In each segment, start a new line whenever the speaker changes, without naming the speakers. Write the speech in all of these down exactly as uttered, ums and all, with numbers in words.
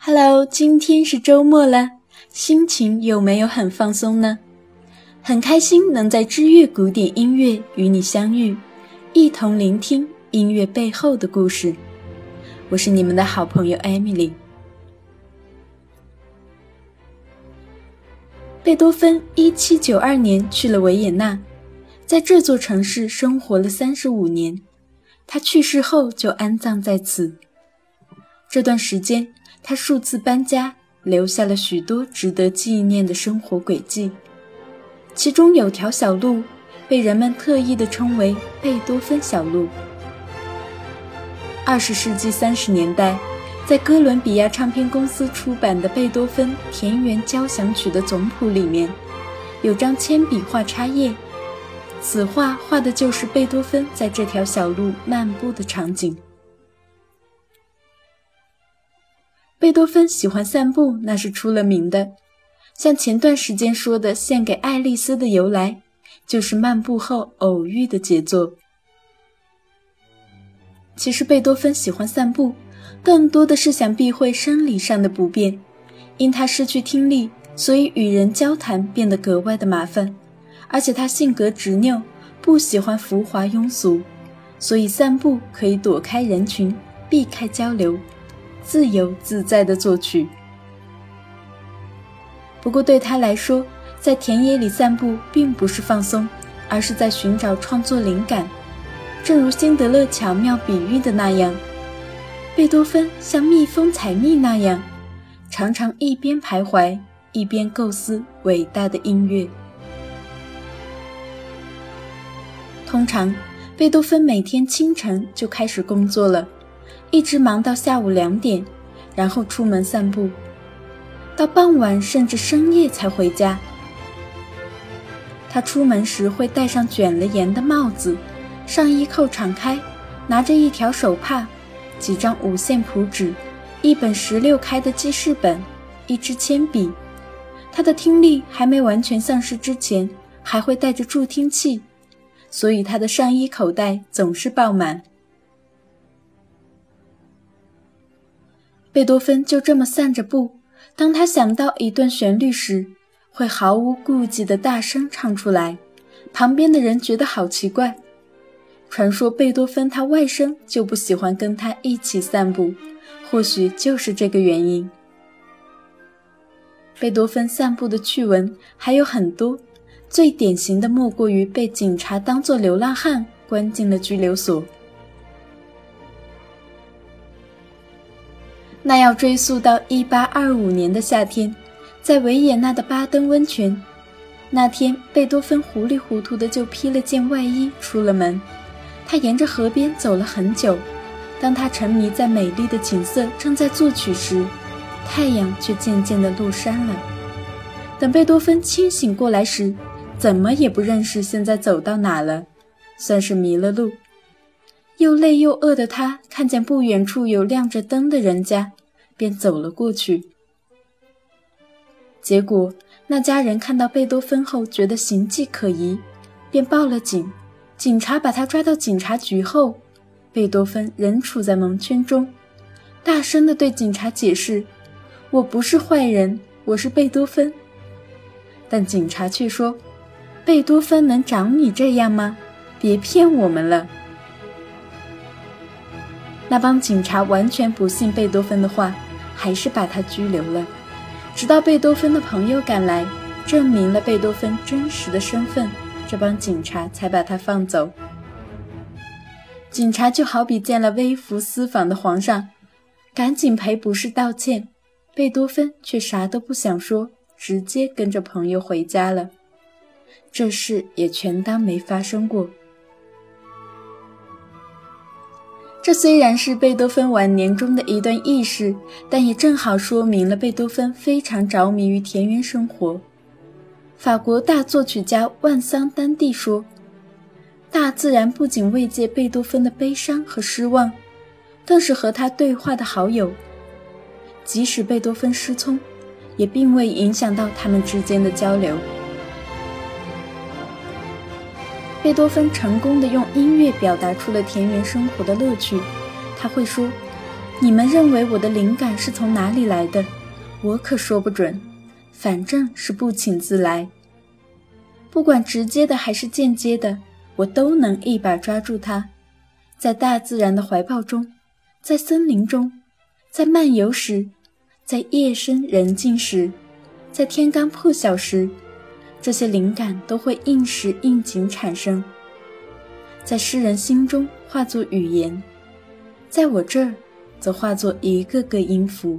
Hello， 今天是周末了，心情有没有很放松呢？很开心能在知乐古典音乐与你相遇，一同聆听音乐背后的故事。我是你们的好朋友 Emily。 贝多芬一七九二年去了维也纳，在这座城市生活了三十五年，他去世后就安葬在此。这段时间他数次搬家，留下了许多值得纪念的生活轨迹。其中有条小路被人们特意地称为贝多芬小路。二十世纪三十年代，在哥伦比亚唱片公司出版的贝多芬田园交响曲的总谱里面，有张铅笔画插页，此画画的就是贝多芬在这条小路漫步的场景。贝多芬喜欢散步，那是出了名的。像前段时间说的献给爱丽丝的由来，就是漫步后偶遇的杰作。其实贝多芬喜欢散步，更多的是想避讳生理上的不便。因他失去听力，所以与人交谈变得格外的麻烦，而且他性格执拗，不喜欢浮华庸俗，所以散步可以躲开人群，避开交流，自由自在地作曲。不过对他来说，在田野里散步并不是放松，而是在寻找创作灵感。正如辛德勒巧妙比喻的那样，贝多芬像蜜蜂采蜜那样，常常一边徘徊，一边构思伟大的音乐。通常，贝多芬每天清晨就开始工作了，一直忙到下午两点，然后出门散步，到傍晚甚至深夜才回家。他出门时会戴上卷了檐的帽子，上衣扣敞开，拿着一条手帕，几张五线谱纸，一本十六开的记事本，一支铅笔。他的听力还没完全丧失之前，还会带着助听器，所以他的上衣口袋总是爆满。贝多芬就这么散着步，当他想到一段旋律时，会毫无顾忌地大声唱出来，旁边的人觉得好奇怪。传说贝多芬他外甥就不喜欢跟他一起散步，或许就是这个原因。贝多芬散步的趣闻还有很多，最典型的莫过于被警察当作流浪汉关进了拘留所。那要追溯到一八二五年的夏天，在维也纳的巴登温泉。那天贝多芬糊里糊涂的就披了件外衣出了门，他沿着河边走了很久。当他沉迷在美丽的景色，正在作曲时，太阳却渐渐地落山了。等贝多芬清醒过来时，怎么也不认识现在走到哪了，算是迷了路。又累又饿的他看见不远处有亮着灯的人家，便走了过去。结果那家人看到贝多芬后觉得形迹可疑，便报了警。警察把他抓到警察局后，贝多芬仍处在蒙圈中，大声地对警察解释：我不是坏人，我是贝多芬。但警察却说：贝多芬能长你这样吗？别骗我们了。那帮警察完全不信贝多芬的话，还是把他拘留了。直到贝多芬的朋友赶来，证明了贝多芬真实的身份，这帮警察才把他放走。警察就好比见了微服私访的皇上，赶紧赔不是道歉。贝多芬却啥都不想说，直接跟着朋友回家了。这事也全当没发生过。这虽然是贝多芬晚年中的一段轶事，但也正好说明了贝多芬非常着迷于田园生活。法国大作曲家万桑丹蒂说，大自然不仅慰藉贝多芬的悲伤和失望，更是和他对话的好友。即使贝多芬失聪，也并未影响到他们之间的交流。贝多芬成功地用音乐表达出了田园生活的乐趣。他会说， 你们认为我的灵感是从哪里来的，我可说不准，反正是不请自来。不管直接的还是间接的，我都能一把抓住它，在大自然的怀抱中，在森林中，在漫游时，在夜深人静时，在天刚破晓时，这些灵感都会应时应景产生，在诗人心中化作语言，在我这儿则化作一个个音符。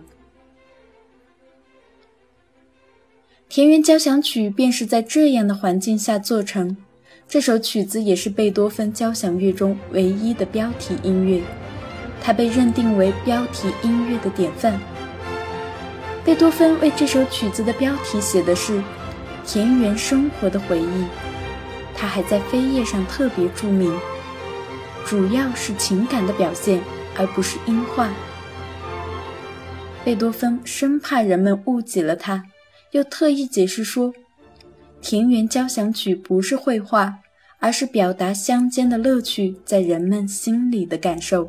田园交响曲便是在这样的环境下做成，这首曲子也是贝多芬交响乐中唯一的标题音乐，它被认定为标题音乐的典范。贝多芬为这首曲子的标题写的是田园生活的回忆，他还在扉页上特别注明，主要是情感的表现，而不是音画。贝多芬生怕人们误解了他，又特意解释说，田园交响曲不是绘画，而是表达乡间的乐趣在人们心里的感受。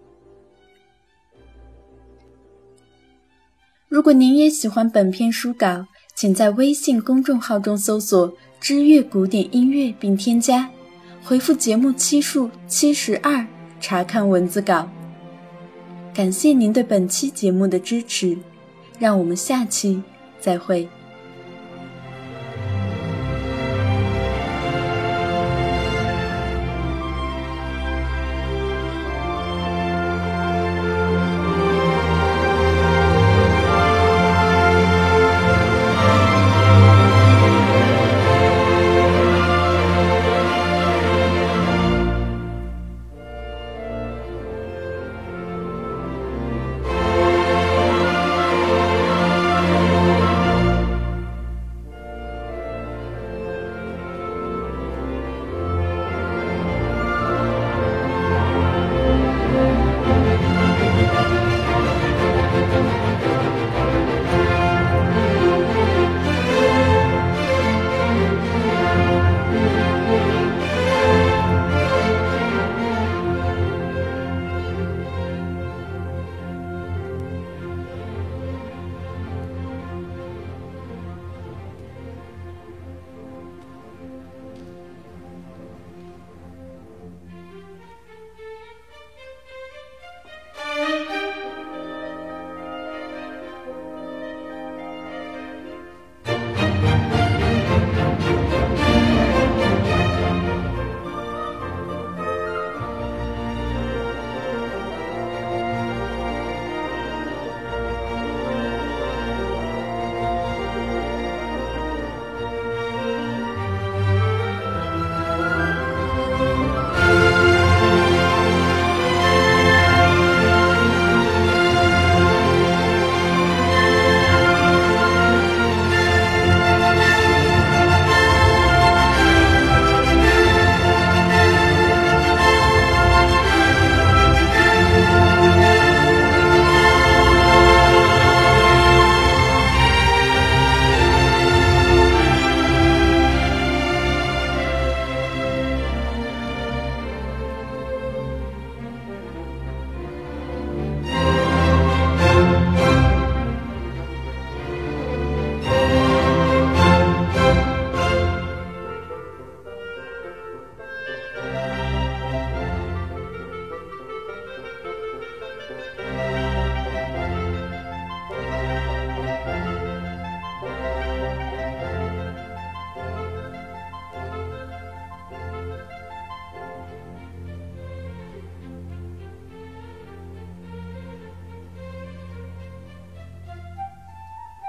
如果您也喜欢本篇书稿，请在微信公众号中搜索知乐古典音乐并添加，回复节目期数七十二查看文字稿。感谢您对本期节目的支持，让我们下期再会。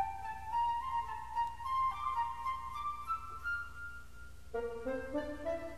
Thank you.